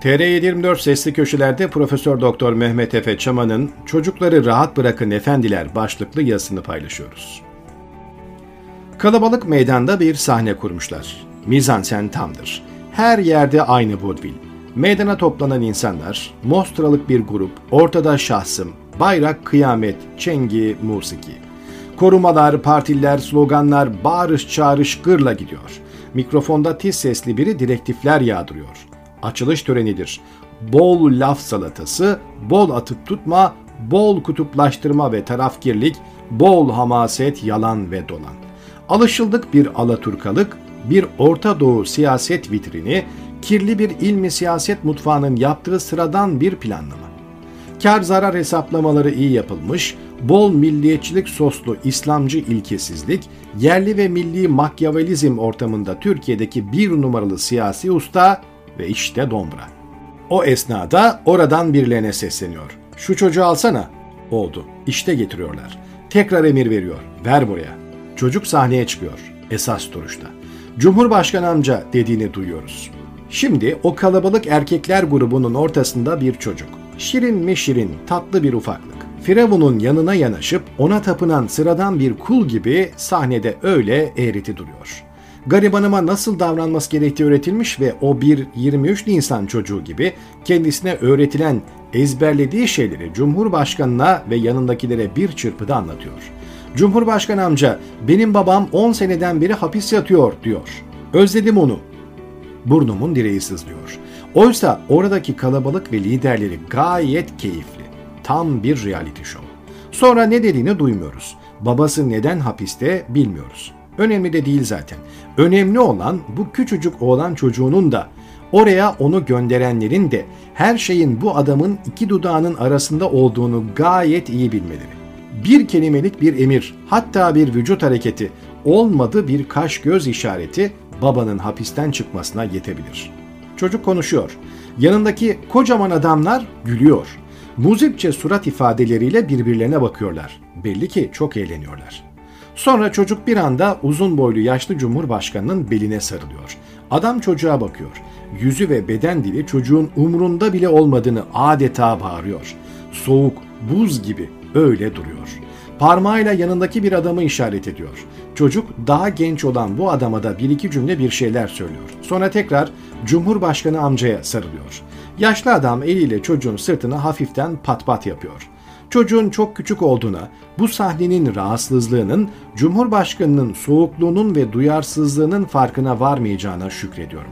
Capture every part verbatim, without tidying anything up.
T R yedi yirmi dört Sesli Köşeler'de Profesör Doktor Mehmet Efe Çaman'ın "Çocukları Rahat Bırakın Efendiler" başlıklı yazısını paylaşıyoruz. Kalabalık meydanda bir sahne kurmuşlar. Mizansen tamdır. Her yerde aynı vodvil. Meydana toplanan insanlar, mostralık bir grup, ortada şahsım, bayrak, kıyamet, çengi, musiki. Korumalar, partiller, sloganlar, bağırış çağırış gırla gidiyor. Mikrofonda tiz sesli biri direktifler yağdırıyor. Açılış törenidir. Bol laf salatası, bol atıp tutma, bol kutuplaştırma ve tarafkirlik, bol hamaset, yalan ve dolan. Alışıldık bir Alaturkalık, bir Orta Doğu siyaset vitrini, kirli bir ilmi siyaset mutfağının yaptığı sıradan bir planlama. Kar zarar hesaplamaları iyi yapılmış, bol milliyetçilik soslu İslamcı ilkesizlik, yerli ve milli makyavelizm ortamında Türkiye'deki bir numaralı siyasi usta ve işte Dombra. O esnada oradan birilerine sesleniyor. "Şu çocuğu alsana." Oldu. İşte getiriyorlar. Tekrar emir veriyor. "Ver buraya." Çocuk sahneye çıkıyor. Esas duruşta. "Cumhurbaşkanı amca" dediğini duyuyoruz. Şimdi o kalabalık erkekler grubunun ortasında bir çocuk. Şirin mi şirin, tatlı bir ufaklık. Firavun'un yanına yanaşıp ona tapınan sıradan bir kul gibi sahnede öyle eğreti duruyor. Garibanıma nasıl davranması gerektiği öğretilmiş ve o bir yirmi üç Nisan çocuğu gibi kendisine öğretilen, ezberlediği şeyleri Cumhurbaşkanına ve yanındakilere bir çırpıda anlatıyor. "Cumhurbaşkanı amca, benim babam on seneden beri hapis yatıyor" diyor. "Özledim onu. Burnumun direği sızlıyor." Oysa oradaki kalabalık ve liderleri gayet keyifli. Tam bir reality show. Sonra ne dediğini duymuyoruz. Babası neden hapiste bilmiyoruz. Önemli de değil zaten. Önemli olan bu küçücük oğlan çocuğunun da, oraya onu gönderenlerin de her şeyin bu adamın iki dudağının arasında olduğunu gayet iyi bilmeleri. Bir kelimelik bir emir, hatta bir vücut hareketi, olmadı bir kaş göz işareti babanın hapisten çıkmasına yetebilir. Çocuk konuşuyor. Yanındaki kocaman adamlar gülüyor. Muzipçe surat ifadeleriyle birbirlerine bakıyorlar. Belli ki çok eğleniyorlar. Sonra çocuk bir anda uzun boylu yaşlı Cumhurbaşkanının beline sarılıyor. Adam çocuğa bakıyor. Yüzü ve beden dili çocuğun umrunda bile olmadığını adeta bağırıyor. Soğuk, buz gibi öyle duruyor. Parmağıyla yanındaki bir adamı işaret ediyor. Çocuk daha genç olan bu adama da bir iki cümle bir şeyler söylüyor. Sonra tekrar Cumhurbaşkanı amcaya sarılıyor. Yaşlı adam eliyle çocuğun sırtına hafiften pat pat yapıyor. Çocuğun çok küçük olduğuna, bu sahnenin rahatsızlığının, Cumhurbaşkanının soğukluğunun ve duyarsızlığının farkına varmayacağına şükrediyorum.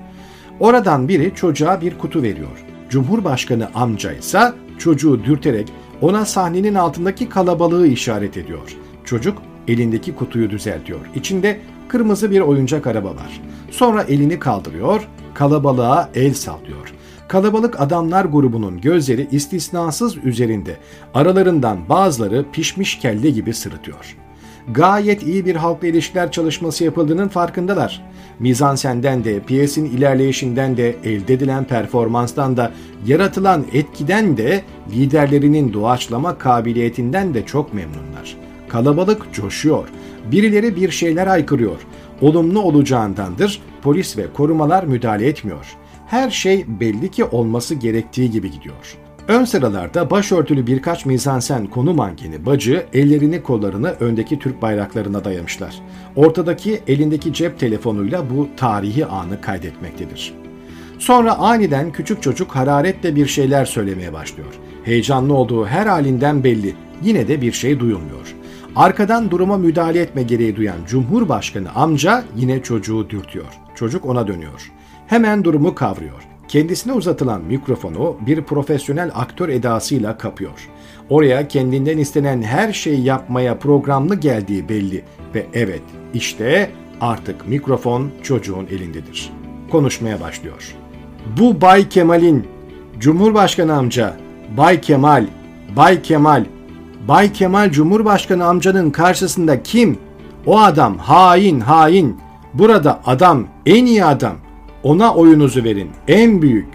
Oradan biri çocuğa bir kutu veriyor. Cumhurbaşkanı amca ise çocuğu dürterek ona sahnenin altındaki kalabalığı işaret ediyor. Çocuk elindeki kutuyu düzeltiyor. İçinde kırmızı bir oyuncak araba var. Sonra elini kaldırıyor, kalabalığa el sallıyor. Kalabalık adamlar grubunun gözleri istisnasız üzerinde, aralarından bazıları pişmiş kelle gibi sırıtıyor. Gayet iyi bir halkla ilişkiler çalışması yapıldığının farkındalar. Mizansenden de, piyesin ilerleyişinden de, elde edilen performanstan da, yaratılan etkiden de, liderlerinin doğaçlama kabiliyetinden de çok memnunlar. Kalabalık coşuyor. Birileri bir şeyler haykırıyor. Olumlu olacağındandır, polis ve korumalar müdahale etmiyor. Her şey belli ki olması gerektiği gibi gidiyor. Ön sıralarda başörtülü birkaç mizansen konu mankeni bacı ellerini kollarını öndeki Türk bayraklarına dayamışlar. Ortadaki elindeki cep telefonuyla bu tarihi anı kaydetmektedir. Sonra aniden küçük çocuk hararetle bir şeyler söylemeye başlıyor. Heyecanlı olduğu her halinden belli. Yine de bir şey duyulmuyor. Arkadan duruma müdahale etme gereği duyan Cumhurbaşkanı amca yine çocuğu dürtüyor. Çocuk ona dönüyor. Hemen durumu kavruyor. Kendisine uzatılan mikrofonu bir profesyonel aktör edasıyla kapıyor. Oraya kendinden istenen her şeyi yapmaya programlı geldiği belli ve evet, işte artık mikrofon çocuğun elindedir. Konuşmaya başlıyor. "Bu Bay Kemal'in, Cumhurbaşkanı amca, Bay Kemal, Bay Kemal, Bay Kemal Cumhurbaşkanı amcanın karşısında kim? O adam hain hain. Burada adam, en iyi adam. Ona oyunuzu verin, en büyük."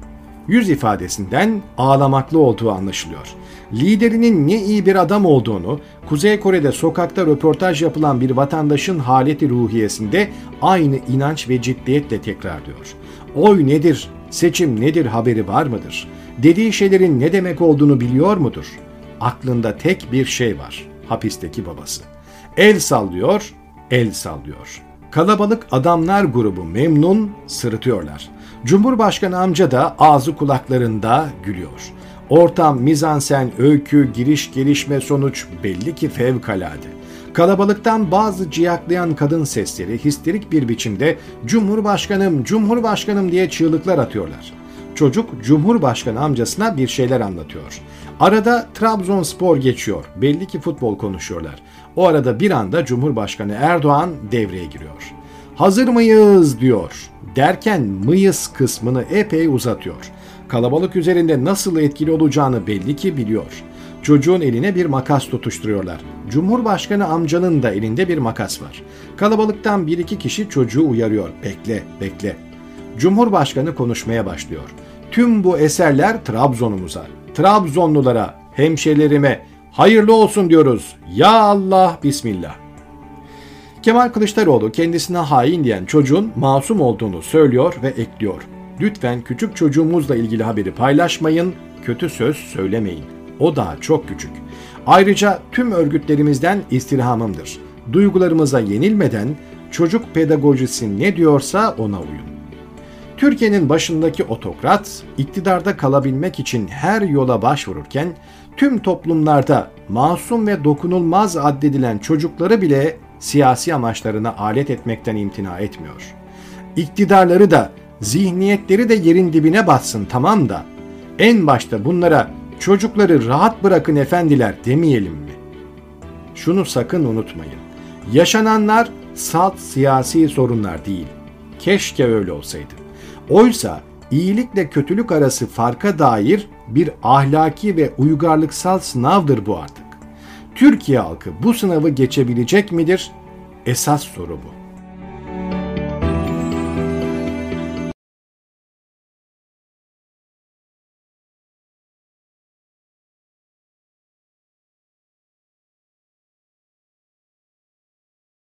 Yüz ifadesinden ağlamaklı olduğu anlaşılıyor. Liderinin ne iyi bir adam olduğunu, Kuzey Kore'de sokakta röportaj yapılan bir vatandaşın haleti ruhiyesinde aynı inanç ve ciddiyetle tekrarlıyor. Oy nedir, seçim nedir haberi var mıdır? Dediği şeylerin ne demek olduğunu biliyor mudur? Aklında tek bir şey var, hapisteki babası. El sallıyor, el sallıyor. Kalabalık adamlar grubu memnun sırıtıyorlar. Cumhurbaşkanı amca da ağzı kulaklarında gülüyor. Ortam, mizansen, öykü, giriş, gelişme, sonuç belli ki fevkalade. Kalabalıktan bazı ciyaklayan kadın sesleri histerik bir biçimde "Cumhurbaşkanım, Cumhurbaşkanım" diye çığlıklar atıyorlar. Çocuk Cumhurbaşkanı amcasına bir şeyler anlatıyor. Arada Trabzonspor geçiyor. Belli ki futbol konuşuyorlar. O arada bir anda Cumhurbaşkanı Erdoğan devreye giriyor. "Hazır mıyız?" diyor. Derken mıyız kısmını epey uzatıyor. Kalabalık üzerinde nasıl etkili olacağını belli ki biliyor. Çocuğun eline bir makas tutuşturuyorlar. Cumhurbaşkanı amcanın da elinde bir makas var. Kalabalıktan bir iki kişi çocuğu uyarıyor. "Bekle, bekle." Cumhurbaşkanı konuşmaya başlıyor. "Tüm bu eserler Trabzon'umuza, Trabzonlulara, hemşerilerime hayırlı olsun diyoruz. Ya Allah, Bismillah." Kemal Kılıçdaroğlu kendisine hain diyen çocuğun masum olduğunu söylüyor ve ekliyor. "Lütfen küçük çocuğumuzla ilgili haberi paylaşmayın, kötü söz söylemeyin. O daha çok küçük. Ayrıca tüm örgütlerimizden istirhamımdır. Duygularımıza yenilmeden çocuk pedagojisi ne diyorsa ona uyun." Türkiye'nin başındaki otokrat, iktidarda kalabilmek için her yola başvururken, tüm toplumlarda masum ve dokunulmaz addedilen çocukları bile siyasi amaçlarına alet etmekten imtina etmiyor. İktidarları da, zihniyetleri de yerin dibine batsın tamam da, en başta bunlara "Çocukları rahat bırakın efendiler" demeyelim mi? Şunu sakın unutmayın. Yaşananlar salt siyasi sorunlar değil. Keşke öyle olsaydı. Oysa iyilikle kötülük arası farka dair bir ahlaki ve uygarlıksal sınavdır bu artık. Türkiye halkı bu sınavı geçebilecek midir? Esas soru bu.